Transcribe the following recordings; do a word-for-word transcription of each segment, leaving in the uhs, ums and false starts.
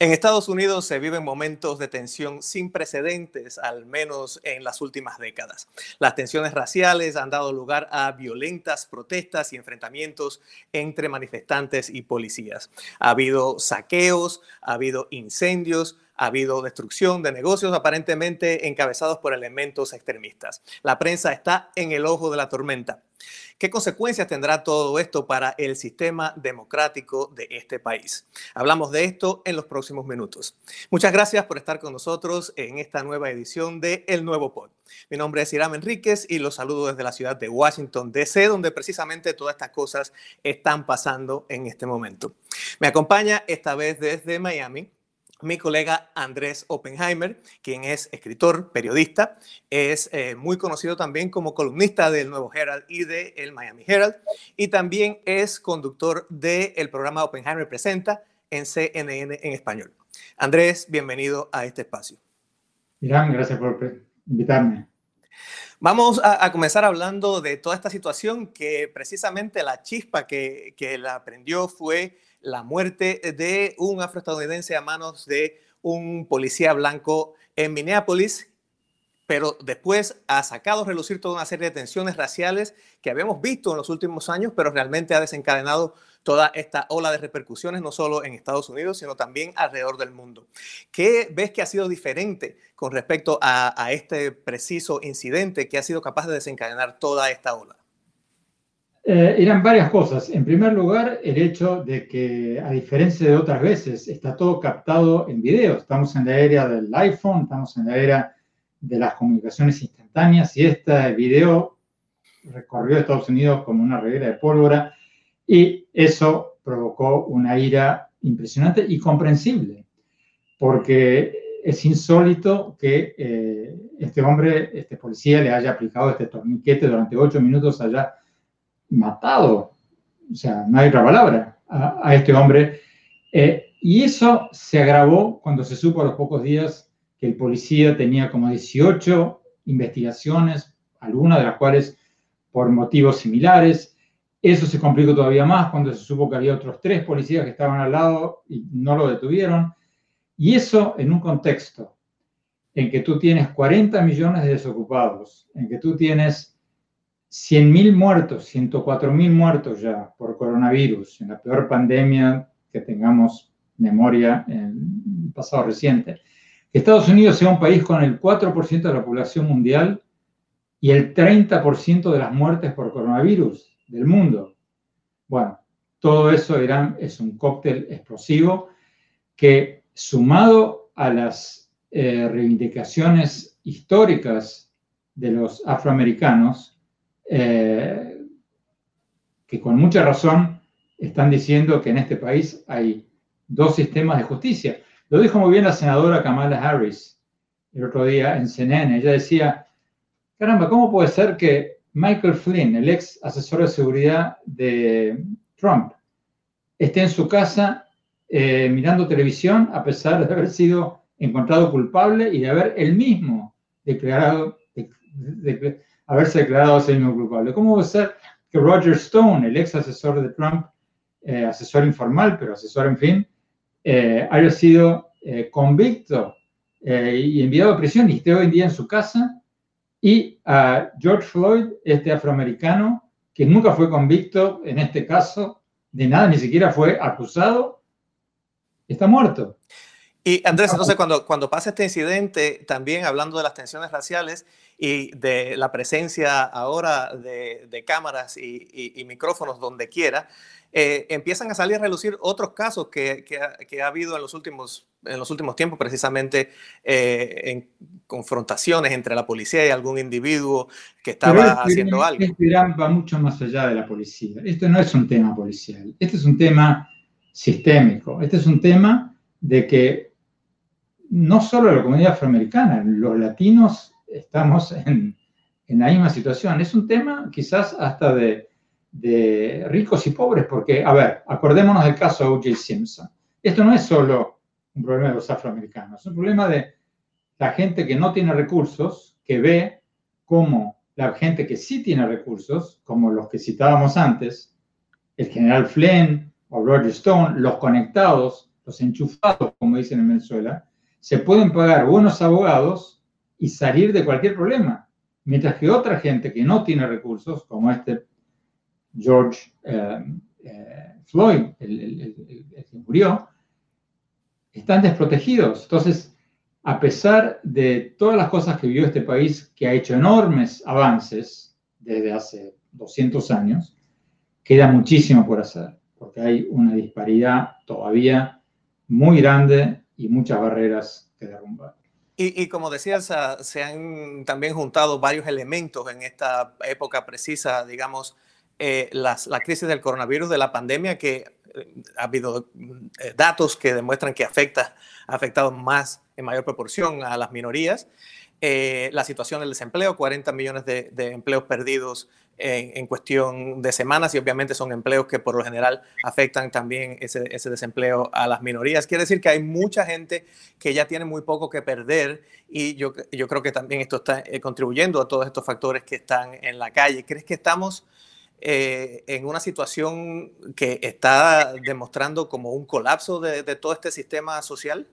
En Estados Unidos se viven momentos de tensión sin precedentes, al menos en las últimas décadas. Las tensiones raciales han dado lugar a violentas protestas y enfrentamientos entre manifestantes y policías. Ha habido saqueos, ha habido incendios, ha habido destrucción de negocios aparentemente encabezados por elementos extremistas. La prensa está en el ojo de la tormenta. ¿Qué consecuencias tendrá todo esto para el sistema democrático de este país? Hablamos de esto en los próximos minutos. Muchas gracias por estar con nosotros en esta nueva edición de El Nuevo Pod. Mi nombre es Hiram Enríquez y los saludo desde la ciudad de Washington, D C, donde precisamente todas estas cosas están pasando en este momento. Me acompaña esta vez desde Miami mi colega Andrés Oppenheimer, quien es escritor, periodista, es eh, muy conocido también como columnista del Nuevo Herald y del Miami Herald, y también es conductor del programa Oppenheimer Presenta en C N N en español. Andrés, bienvenido a este espacio. Irán, gracias por invitarme. Vamos a, a comenzar hablando de toda esta situación que precisamente la chispa que, que la prendió fue la muerte de un afroestadounidense a manos de un policía blanco en Minneapolis, pero después ha sacado a relucir toda una serie de tensiones raciales que habíamos visto en los últimos años, pero realmente ha desencadenado toda esta ola de repercusiones, no solo en Estados Unidos, sino también alrededor del mundo. ¿Qué ves que ha sido diferente con respecto a, a este preciso incidente que ha sido capaz de desencadenar toda esta ola? Eh, eran varias cosas. En primer lugar, el hecho de que, a diferencia de otras veces, está todo captado en video. Estamos en la era del iPhone, estamos en la era de las comunicaciones instantáneas y este video recorrió Estados Unidos como una reguera de pólvora y eso provocó una ira impresionante y comprensible, porque es insólito que eh, este hombre, este policía, le haya aplicado este torniquete durante ocho minutos, haya matado, o sea, no hay otra palabra, a, a este hombre. Eh, y eso se agravó cuando se supo a los pocos días que el policía tenía como dieciocho investigaciones, algunas de las cuales por motivos similares. Eso se complicó todavía más cuando se supo que había otros tres policías que estaban al lado y no lo detuvieron. Y eso en un contexto en que tú tienes cuarenta millones de desocupados, en que tú tienes cien mil muertos, ciento cuatro mil muertos ya por coronavirus, en la peor pandemia que tengamos memoria en el pasado reciente. Que Estados Unidos sea un país con el cuatro por ciento de la población mundial y el treinta por ciento de las muertes por coronavirus del mundo. Bueno, todo eso Irán, es un cóctel explosivo que, sumado a las eh, reivindicaciones históricas de los afroamericanos, Eh, que con mucha razón están diciendo que en este país hay dos sistemas de justicia. Lo dijo muy bien la senadora Kamala Harris el otro día en C N N. Ella decía, caramba, ¿cómo puede ser que Michael Flynn, el ex asesor de seguridad de Trump, esté en su casa eh, mirando televisión a pesar de haber sido encontrado culpable y de haber él mismo declarado... De, de, de, haberse declarado a sí mismo culpable? ¿Cómo va a ser que Roger Stone, el ex asesor de Trump, eh, asesor informal, pero asesor en fin, eh, haya sido eh, convicto eh, y enviado a prisión y esté hoy en día en su casa? Y a George Floyd, este afroamericano, que nunca fue convicto en este caso de nada, ni siquiera fue acusado, está muerto. Y Andrés, entonces cuando, cuando pasa este incidente, también hablando de las tensiones raciales y de la presencia ahora de, de cámaras y, y, y micrófonos donde quiera, eh, empiezan a salir a relucir otros casos que, que, ha, que ha habido en los últimos, en los últimos tiempos, precisamente eh, en confrontaciones entre la policía y algún individuo que estaba Pero este, haciendo algo. Este Irán va mucho más allá de la policía. Esto no es un tema policial, este es un tema sistémico, este es un tema de que no solo la comunidad afroamericana, los latinos estamos en, en la misma situación. Es un tema quizás hasta de, de ricos y pobres, porque, a ver, acordémonos del caso de O J Simpson. Esto no es solo un problema de los afroamericanos, es un problema de la gente que no tiene recursos, que ve cómo la gente que sí tiene recursos, como los que citábamos antes, el general Flynn o Roger Stone, los conectados, los enchufados, como dicen en Venezuela, se pueden pagar buenos abogados y salir de cualquier problema. Mientras que otra gente que no tiene recursos, como este George eh, eh, Floyd, el, el, el, el que murió, están desprotegidos. Entonces, a pesar de todas las cosas que vivió este país, que ha hecho enormes avances desde hace doscientos años, queda muchísimo por hacer, porque hay una disparidad todavía muy grande y muchas barreras que derrumbar. Y, y como decías, uh, se han también juntado varios elementos en esta época precisa, digamos, eh, las, la crisis del coronavirus, de la pandemia, que eh, ha habido eh, datos que demuestran que afecta, ha afectado más, en mayor proporción, a las minorías. Eh, la situación del desempleo, cuarenta millones de, de empleos perdidos en, en cuestión de semanas, y obviamente son empleos que por lo general afectan también ese, ese desempleo a las minorías. Quiere decir que hay mucha gente que ya tiene muy poco que perder, y yo, yo creo que también esto está eh, contribuyendo a todos estos factores que están en la calle. ¿Crees que estamos eh, en una situación que está demostrando como un colapso de, de todo este sistema social?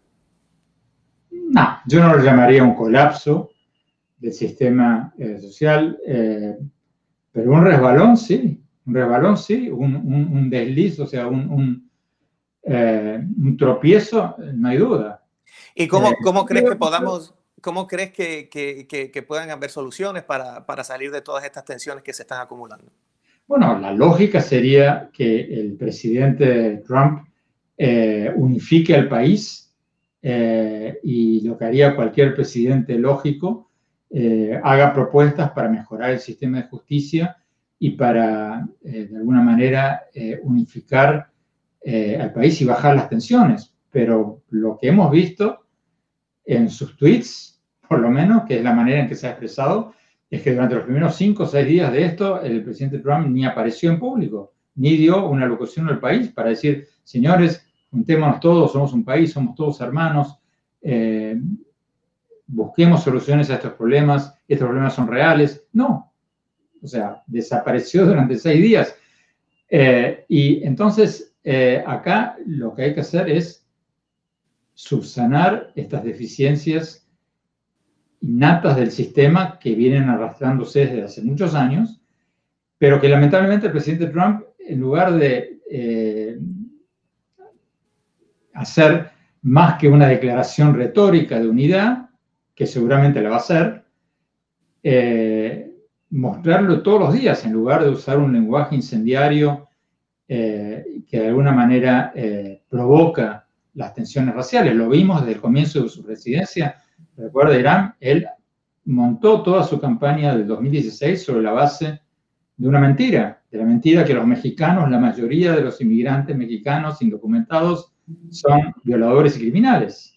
No, yo no lo llamaría un colapso del sistema eh, social, eh, pero un resbalón sí, un resbalón sí, un, un, un desliz, o sea, un, un, eh, un tropiezo, no hay duda. ¿Y cómo, cómo crees que podamos, cómo crees que, que, que, que puedan haber soluciones para, para salir de todas estas tensiones que se están acumulando? Bueno, la lógica sería que el presidente Trump eh, unifique al país. Eh, y lo que haría cualquier presidente lógico, eh, haga propuestas para mejorar el sistema de justicia y para, eh, de alguna manera, eh, unificar eh, al país y bajar las tensiones. Pero lo que hemos visto en sus tweets, por lo menos, que es la manera en que se ha expresado, es que durante los primeros cinco o seis días de esto, el presidente Trump ni apareció en público, ni dio una locución al país para decir, señores, juntémonos todos, somos un país, somos todos hermanos, eh, busquemos soluciones a estos problemas, estos problemas son reales. No, o sea, desapareció durante seis días. Eh, y entonces, eh, acá lo que hay que hacer es subsanar estas deficiencias innatas del sistema que vienen arrastrándose desde hace muchos años, pero que lamentablemente el presidente Trump, en lugar de eh, hacer más que una declaración retórica de unidad, que seguramente la va a hacer, eh, mostrarlo todos los días, en lugar de usar un lenguaje incendiario eh, que de alguna manera eh, provoca las tensiones raciales. Lo vimos desde el comienzo de su presidencia. Recuerda, Irán, él montó toda su campaña del dos mil dieciséis sobre la base de una mentira, de la mentira que los mexicanos, la mayoría de los inmigrantes mexicanos indocumentados, son violadores y criminales.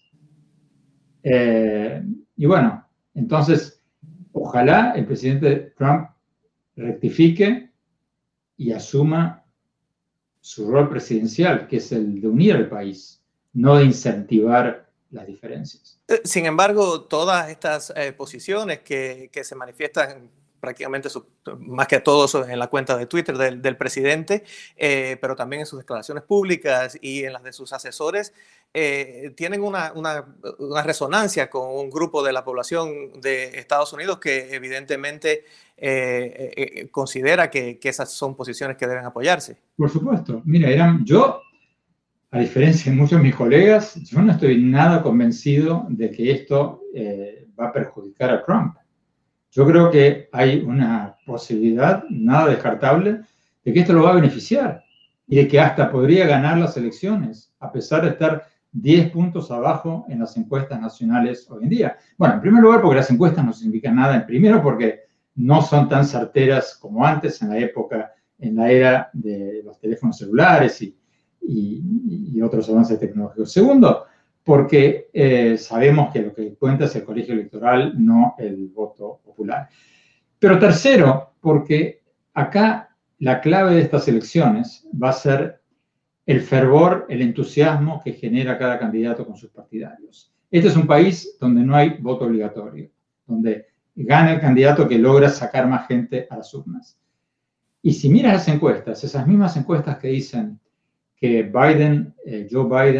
Eh, y bueno, entonces, ojalá el presidente Trump rectifique y asuma su rol presidencial, que es el de unir al país, no de incentivar las diferencias. Sin embargo, todas estas eh, posiciones que, que se manifiestan prácticamente su, más que todos en la cuenta de Twitter del, del presidente, eh, pero también en sus declaraciones públicas y en las de sus asesores, eh, tienen una, una, una resonancia con un grupo de la población de Estados Unidos que evidentemente eh, eh, considera que, que esas son posiciones que deben apoyarse. Por supuesto. Mira, Irán, yo, a diferencia de muchos de mis colegas, yo no estoy nada convencido de que esto eh, va a perjudicar a Trump. Yo creo que hay una posibilidad, nada descartable, de que esto lo va a beneficiar y de que hasta podría ganar las elecciones, a pesar de estar diez puntos abajo en las encuestas nacionales hoy en día. Bueno, en primer lugar, porque las encuestas no significan nada. En primero, porque no son tan certeras como antes, en la época, en la era de los teléfonos celulares y, y, y otros avances tecnológicos. Segundo, porque eh, sabemos que lo que cuenta es el colegio electoral, no el voto popular. Pero tercero, porque acá la clave de estas elecciones va a ser el fervor, el entusiasmo que genera cada candidato con sus partidarios. Este es un país donde no hay voto obligatorio, donde gana el candidato que logra sacar más gente a las urnas. Y si miras las encuestas, esas mismas encuestas que dicen que Biden, eh, Joe Biden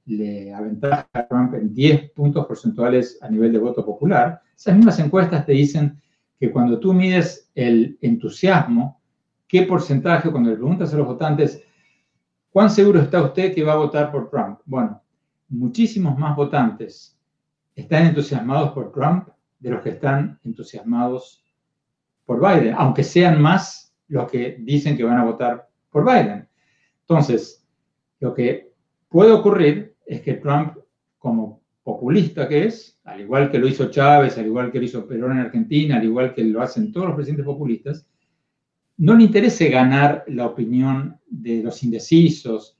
le aventaja a Trump en diez puntos porcentuales a nivel de voto popular. Esas mismas encuestas te dicen que cuando tú mides el entusiasmo, qué porcentaje, cuando le preguntas a los votantes, ¿cuán seguro está usted que va a votar por Trump? Bueno, muchísimos más votantes están entusiasmados por Trump de los que están entusiasmados por Biden, aunque sean más los que dicen que van a votar por Biden. Entonces, lo que puede ocurrir es que Trump, como populista que es, al igual que lo hizo Chávez, al igual que lo hizo Perón en Argentina, al igual que lo hacen todos los presidentes populistas, no le interese ganar la opinión de los indecisos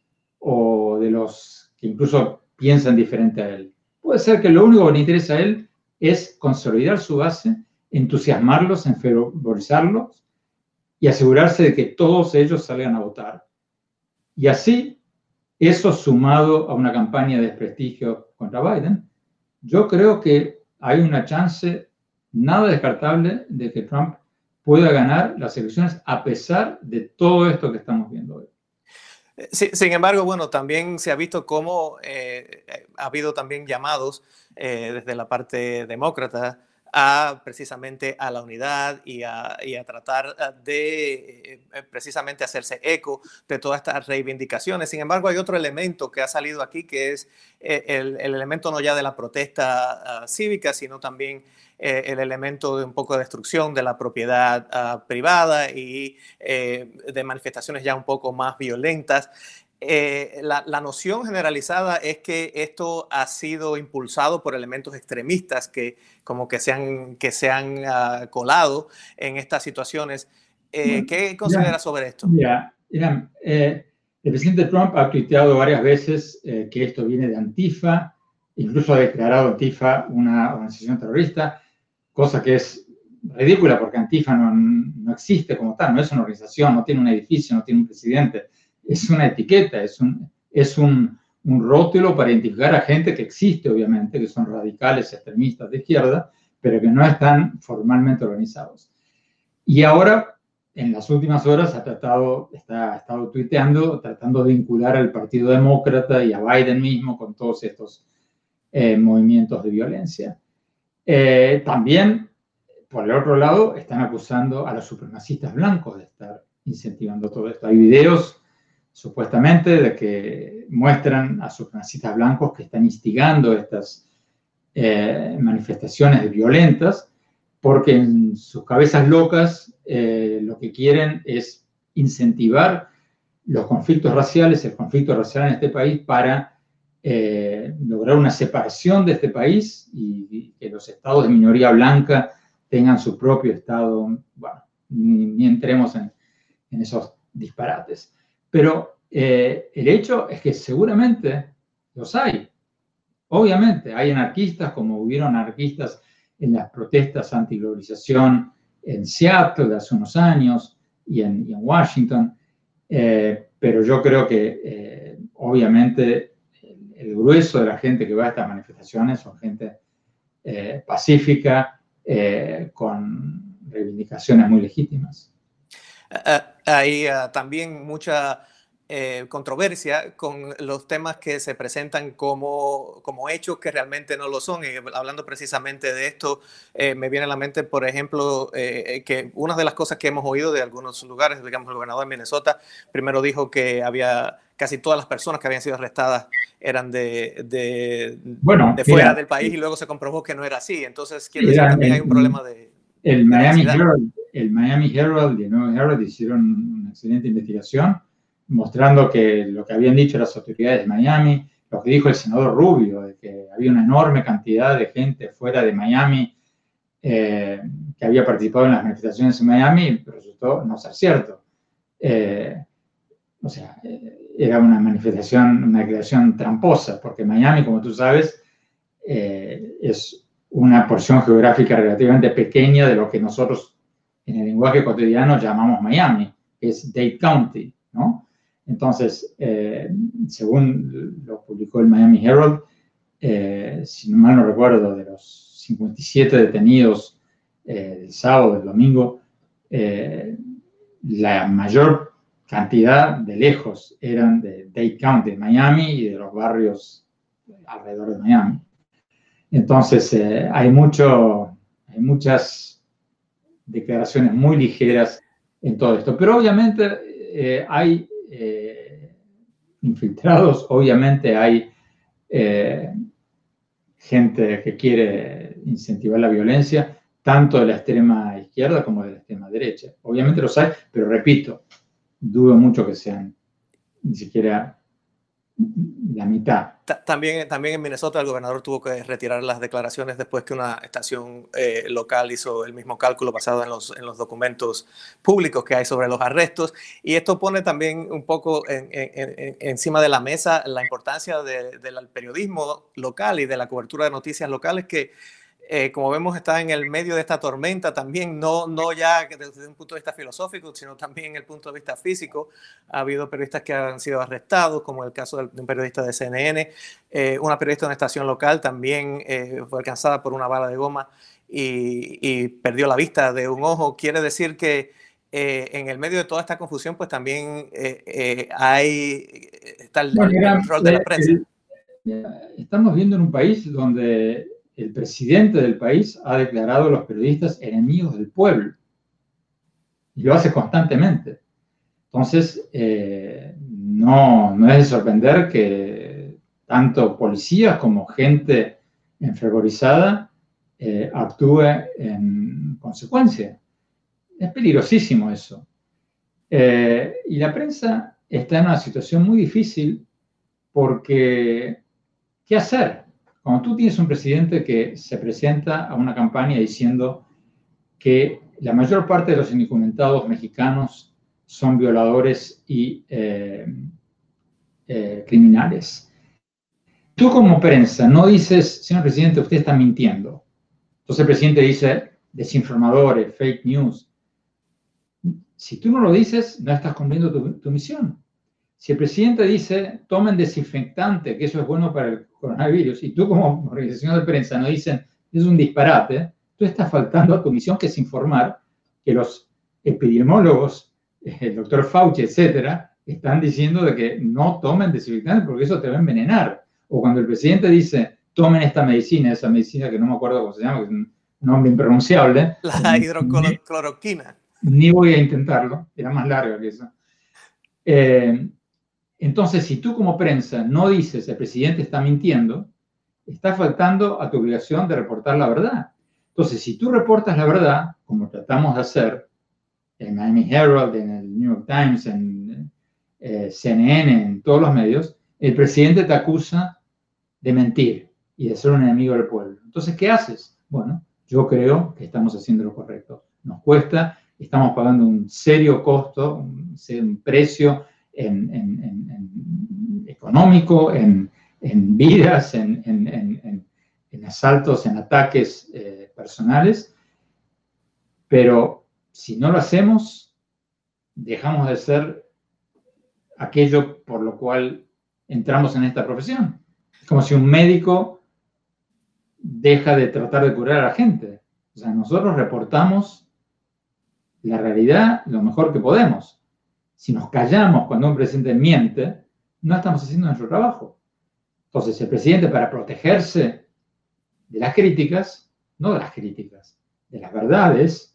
o de los que incluso piensan diferente a él. Puede ser que lo único que le interesa a él es consolidar su base, entusiasmarlos, enfervorizarlos y asegurarse de que todos ellos salgan a votar. Y así, eso sumado a una campaña de desprestigio contra Biden, yo creo que hay una chance nada descartable de que Trump pueda ganar las elecciones a pesar de todo esto que estamos viendo hoy. Sí, sin embargo, bueno, también se ha visto cómo eh, ha habido también llamados eh, desde la parte demócrata a precisamente a la unidad y a, y a tratar de eh, precisamente hacerse eco de todas estas reivindicaciones. Sin embargo, hay otro elemento que ha salido aquí, que es eh, el, el elemento no ya de la protesta uh, cívica, sino también eh, el elemento de un poco de destrucción de la propiedad uh, privada y eh, de manifestaciones ya un poco más violentas. Eh, la, la noción generalizada es que esto ha sido impulsado por elementos extremistas que como que se han, que se han uh, colado en estas situaciones. Eh, bueno, ¿Qué consideras sobre esto? Mira, mira eh, el presidente Trump ha tuiteado varias veces eh, que esto viene de Antifa, incluso ha declarado Antifa una organización terrorista, cosa que es ridícula porque Antifa no, no existe como tal, no es una organización, no tiene un edificio, no tiene un presidente. Es una etiqueta, es, un, es un, un rótulo para identificar a gente que existe, obviamente, que son radicales, extremistas de izquierda, pero que no están formalmente organizados. Y ahora, en las últimas horas, ha, tratado, está, ha estado tuiteando, tratando de vincular al Partido Demócrata y a Biden mismo con todos estos eh, movimientos de violencia. Eh, también, por el otro lado, están acusando a los supremacistas blancos de estar incentivando todo esto. Hay videos supuestamente de que muestran a supremacistas blancos que están instigando estas eh, manifestaciones violentas porque en sus cabezas locas eh, lo que quieren es incentivar los conflictos raciales, el conflicto racial en este país para eh, lograr una separación de este país y, y que los estados de minoría blanca tengan su propio estado. Bueno, ni, ni entremos en, en esos disparates. Pero eh, el hecho es que seguramente los hay. Obviamente, hay anarquistas, como hubieron anarquistas en las protestas antiglobalización en Seattle de hace unos años y en, y en Washington. Eh, pero yo creo que, eh, obviamente, el, el grueso de la gente que va a estas manifestaciones son gente eh, pacífica, eh, con reivindicaciones muy legítimas. Uh, hay uh, también mucha eh, controversia con los temas que se presentan como, como hechos que realmente no lo son. Y hablando precisamente de esto, eh, me viene a la mente, por ejemplo, eh, que una de las cosas que hemos oído de algunos lugares, digamos, el gobernador de Minnesota primero dijo que había casi todas las personas que habían sido arrestadas eran de, de, bueno, de fuera mira, del país, sí. y luego se comprobó que no era así. Entonces, quiero decir que también el, hay un problema de... El Miami, Herald, el Miami Herald y el Nuevo Herald hicieron una excelente investigación mostrando que lo que habían dicho las autoridades de Miami, lo que dijo el senador Rubio, de que había una enorme cantidad de gente fuera de Miami eh, que había participado en las manifestaciones en Miami, resultó no ser cierto. Eh, o sea, era una manifestación, una declaración tramposa, porque Miami, como tú sabes, eh, es una porción geográfica relativamente pequeña de lo que nosotros en el lenguaje cotidiano llamamos Miami, que es Dade County, ¿no? Entonces, eh, según lo publicó el Miami Herald, eh, si mal no recuerdo, de los cincuenta y siete detenidos eh, el sábado, el domingo, eh, la mayor cantidad de lejos eran de Dade County, Miami, y de los barrios alrededor de Miami. Entonces, eh, hay, mucho, hay muchas declaraciones muy ligeras en todo esto. Pero obviamente eh, hay eh, infiltrados, obviamente hay eh, gente que quiere incentivar la violencia, tanto de la extrema izquierda como de la extrema derecha. Obviamente los hay, pero repito, dudo mucho que sean ni siquiera la mitad. También, también en Minnesota el gobernador tuvo que retirar las declaraciones después que una estación eh, local hizo el mismo cálculo basado en los, en los documentos públicos que hay sobre los arrestos. Y esto pone también un poco en, en, en, encima de la mesa la importancia de, del periodismo local y de la cobertura de noticias locales que, Eh, como vemos, está en el medio de esta tormenta también, no, no ya desde un punto de vista filosófico, sino también desde el punto de vista físico. Ha habido periodistas que han sido arrestados, como el caso de un periodista de C N N. Eh, una periodista de una estación local también eh, fue alcanzada por una bala de goma y, y perdió la vista de un ojo. Quiere decir que eh, en el medio de toda esta confusión, pues también eh, eh, hay, está el, bueno, el, el rol de la prensa. El, el, estamos viendo en un país donde el presidente del país ha declarado a los periodistas enemigos del pueblo. Y lo hace constantemente. Entonces, eh, no, no es de sorprender que tanto policías como gente enfervorizada eh, actúe en consecuencia. Es peligrosísimo eso. Eh, y la prensa está en una situación muy difícil porque, ¿qué hacer? Cuando tú tienes un presidente que se presenta a una campaña diciendo que la mayor parte de los indocumentados mexicanos son violadores y eh, eh, criminales, tú como prensa no dices, señor presidente, usted está mintiendo. Entonces el presidente dice, desinformadores, fake news. Si tú no lo dices, no estás cumpliendo tu, tu misión. Si el presidente dice, tomen desinfectante, que eso es bueno para el coronavirus, y tú como organización de prensa no dicen, es un disparate, tú estás faltando a tu misión, que es informar que los epidemiólogos, el doctor Fauci, etcétera, están diciendo de que no tomen desinfectante porque eso te va a envenenar. O cuando el presidente dice, tomen esta medicina, esa medicina que no me acuerdo cómo se llama, que es un nombre impronunciable. La hidrocloroquina. Ni, ni voy a intentarlo, era más larga que eso. Eh, Entonces, si tú como prensa no dices el presidente está mintiendo, estás faltando a tu obligación de reportar la verdad. Entonces, si tú reportas la verdad, como tratamos de hacer en Miami Herald, en el New York Times, en eh, C N N, en todos los medios, el presidente te acusa de mentir y de ser un enemigo del pueblo. Entonces, ¿qué haces? Bueno, yo creo que estamos haciendo lo correcto. Nos cuesta, estamos pagando un serio costo, un, un precio En, en, en, en económico, en, en vidas, en, en, en asaltos, en ataques eh, personales, pero si no lo hacemos, dejamos de ser aquello por lo cual entramos en esta profesión. Es como si un médico deja de tratar de curar a la gente. O sea, nosotros reportamos la realidad lo mejor que podemos. Si nos callamos cuando un presidente miente, no estamos haciendo nuestro trabajo. Entonces, el presidente, para protegerse de las críticas, no de las críticas, de las verdades,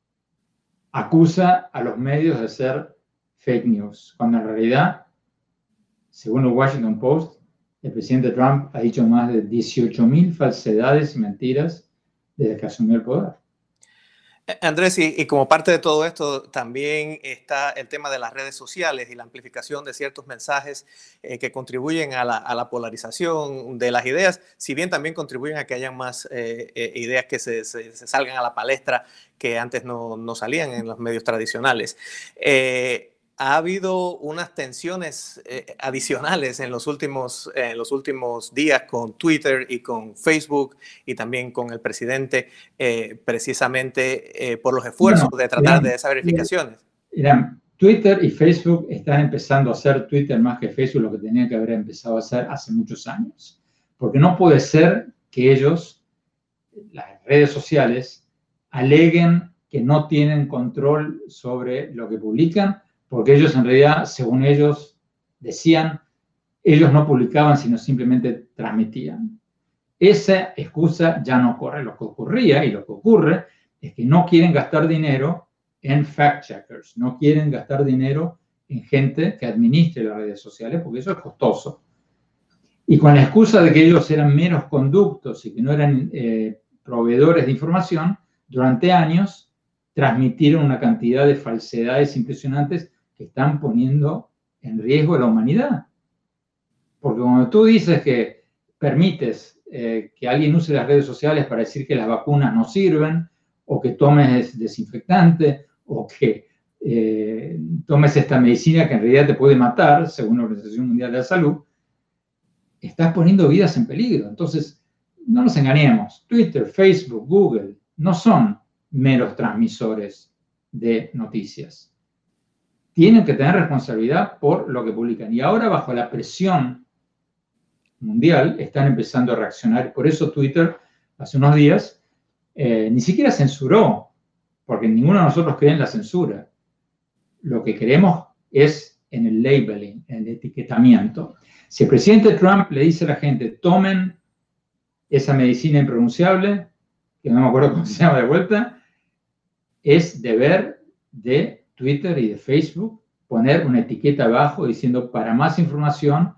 acusa a los medios de ser fake news, cuando en realidad, según el Washington Post, el presidente Trump ha dicho más de dieciocho mil falsedades y mentiras desde que asumió el poder. Andrés, y, y como parte de todo esto también está el tema de las redes sociales y la amplificación de ciertos mensajes eh, que contribuyen a la, a la polarización de las ideas, si bien también contribuyen a que haya más eh, eh, ideas que se, se, se salgan a la palestra que antes no, no salían en los medios tradicionales. Eh, ha habido unas tensiones eh, adicionales en los, últimos, eh, en los últimos días con Twitter y con Facebook y también con el presidente, eh, precisamente eh, por los esfuerzos bueno, de tratar Irán, de esas verificaciones. Irán, Twitter y Facebook están empezando a hacer Twitter más que Facebook, lo que tenía que haber empezado a hacer hace muchos años. Porque no puede ser que ellos, las redes sociales, aleguen que no tienen control sobre lo que publican, porque ellos en realidad, según ellos decían, ellos no publicaban, sino simplemente transmitían. Esa excusa ya no ocurre. Lo que ocurría y lo que ocurre es que no quieren gastar dinero en fact-checkers, no quieren gastar dinero en gente que administre las redes sociales, porque eso es costoso. Y con la excusa de que ellos eran meros conductos y que no eran eh, proveedores de información, durante años transmitieron una cantidad de falsedades impresionantes que están poniendo en riesgo a la humanidad. Porque cuando tú dices que permites eh, que alguien use las redes sociales para decir que las vacunas no sirven, o que tomes desinfectante, o que eh, tomes esta medicina que en realidad te puede matar, según la Organización Mundial de la Salud, estás poniendo vidas en peligro. Entonces, no nos engañemos. Twitter, Facebook, Google no son meros transmisores de noticias. Tienen que tener responsabilidad por lo que publican. Y ahora, bajo la presión mundial, están empezando a reaccionar. Por eso Twitter, hace unos días, eh, ni siquiera censuró, porque ninguno de nosotros cree en la censura. Lo que queremos es en el labeling, en el etiquetamiento. Si el presidente Trump le dice a la gente, tomen esa medicina impronunciable, que no me acuerdo cómo se llama de vuelta, es deber de Twitter y de Facebook poner una etiqueta abajo diciendo, para más información,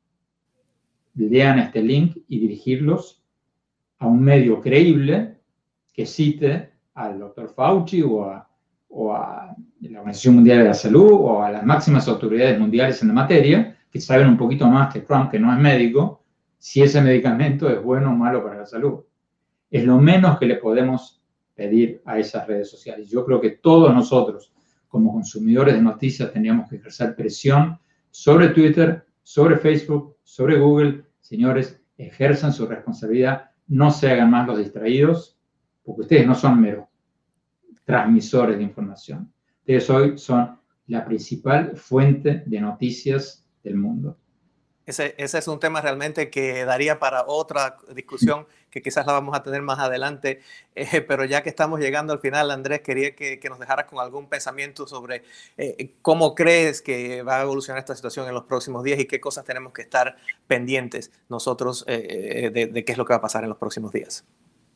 lean este link y dirigirlos a un medio creíble que cite al doctor Fauci o a, o a la Organización Mundial de la Salud o a las máximas autoridades mundiales en la materia, que saben un poquito más que Trump, que no es médico, si ese medicamento es bueno o malo para la salud. Es lo menos que le podemos pedir a esas redes sociales. Yo creo que todos nosotros, como consumidores de noticias, tendríamos que ejercer presión sobre Twitter, sobre Facebook, sobre Google. Señores, ejerzan su responsabilidad, no se hagan más los distraídos, porque ustedes no son meros transmisores de información. Ustedes hoy son la principal fuente de noticias del mundo. Ese, ese es un tema realmente que daría para otra discusión que quizás la vamos a tener más adelante, eh, pero ya que estamos llegando al final, Andrés, quería que, que nos dejaras con algún pensamiento sobre eh, cómo crees que va a evolucionar esta situación en los próximos días y qué cosas tenemos que estar pendientes nosotros eh, de, de qué es lo que va a pasar en los próximos días.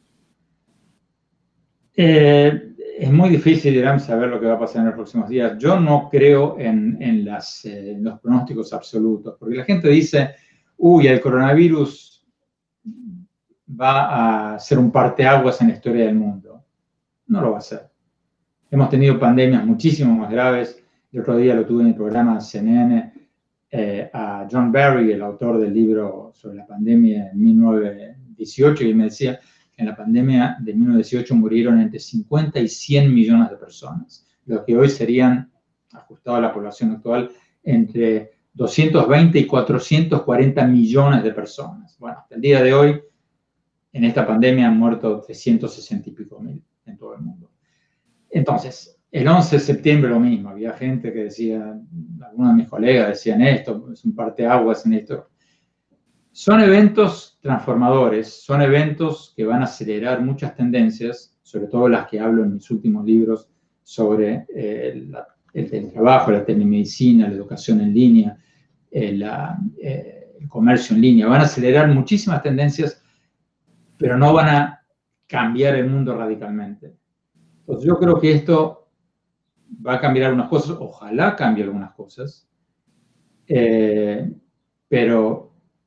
Eh, es muy difícil, Irán, saber lo que va a pasar en los próximos días. Yo no creo en, en, las, eh, en los pronósticos absolutos, porque la gente dice, uy, el coronavirus va a ser un parteaguas en la historia del mundo. No lo va a ser. Hemos tenido pandemias muchísimo más graves. El otro día lo tuve en el programa C N N eh, a John Barry, el autor del libro sobre la pandemia en mil novecientos dieciocho, y me decía, en la pandemia de mil novecientos dieciocho murieron entre cincuenta y cien millones de personas, lo que hoy serían, ajustado a la población actual, entre doscientos veinte y cuatrocientos cuarenta millones de personas. Bueno, hasta el día de hoy, en esta pandemia han muerto trescientos sesenta y pico mil en todo el mundo. Entonces, el once de septiembre lo mismo, había gente que decía, algunos de mis colegas decían esto, es un parteaguas en esto. Son eventos transformadores, son eventos que van a acelerar muchas tendencias, sobre todo las que hablo en mis últimos libros sobre eh, la, el teletrabajo, la telemedicina, la educación en línea, eh, la, eh, el comercio en línea. Van a acelerar muchísimas tendencias, pero no van a cambiar el mundo radicalmente. Entonces yo creo que esto va a cambiar algunas cosas, ojalá cambie algunas cosas, eh, pero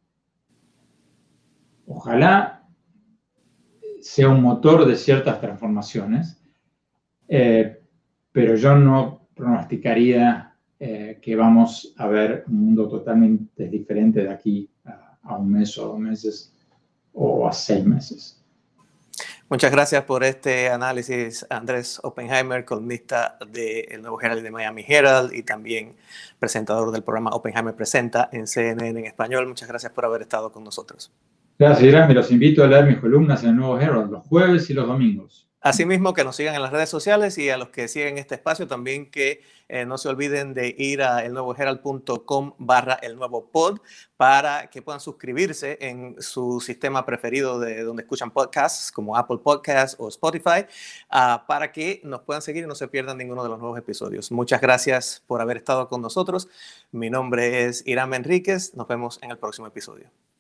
ojalá sea un motor de ciertas transformaciones, eh, pero yo no pronosticaría eh, que vamos a ver un mundo totalmente diferente de aquí a, a un mes o a dos meses o a seis meses. Muchas gracias por este análisis, Andrés Oppenheimer, columnista del Nuevo Herald y de Miami Herald y también presentador del programa Oppenheimer Presenta en C N N en español. Muchas gracias por haber estado con nosotros. Gracias, Irán. Me los invito a leer mis columnas en el Nuevo Herald los jueves y los domingos. Asimismo, que nos sigan en las redes sociales y a los que siguen este espacio también que eh, no se olviden de ir a el nuevo herald punto com barra el nuevo pod para que puedan suscribirse en su sistema preferido de donde escuchan podcasts como Apple Podcasts o Spotify uh, para que nos puedan seguir y no se pierdan ninguno de los nuevos episodios. Muchas gracias por haber estado con nosotros. Mi nombre es Irán Enríquez. Nos vemos en el próximo episodio.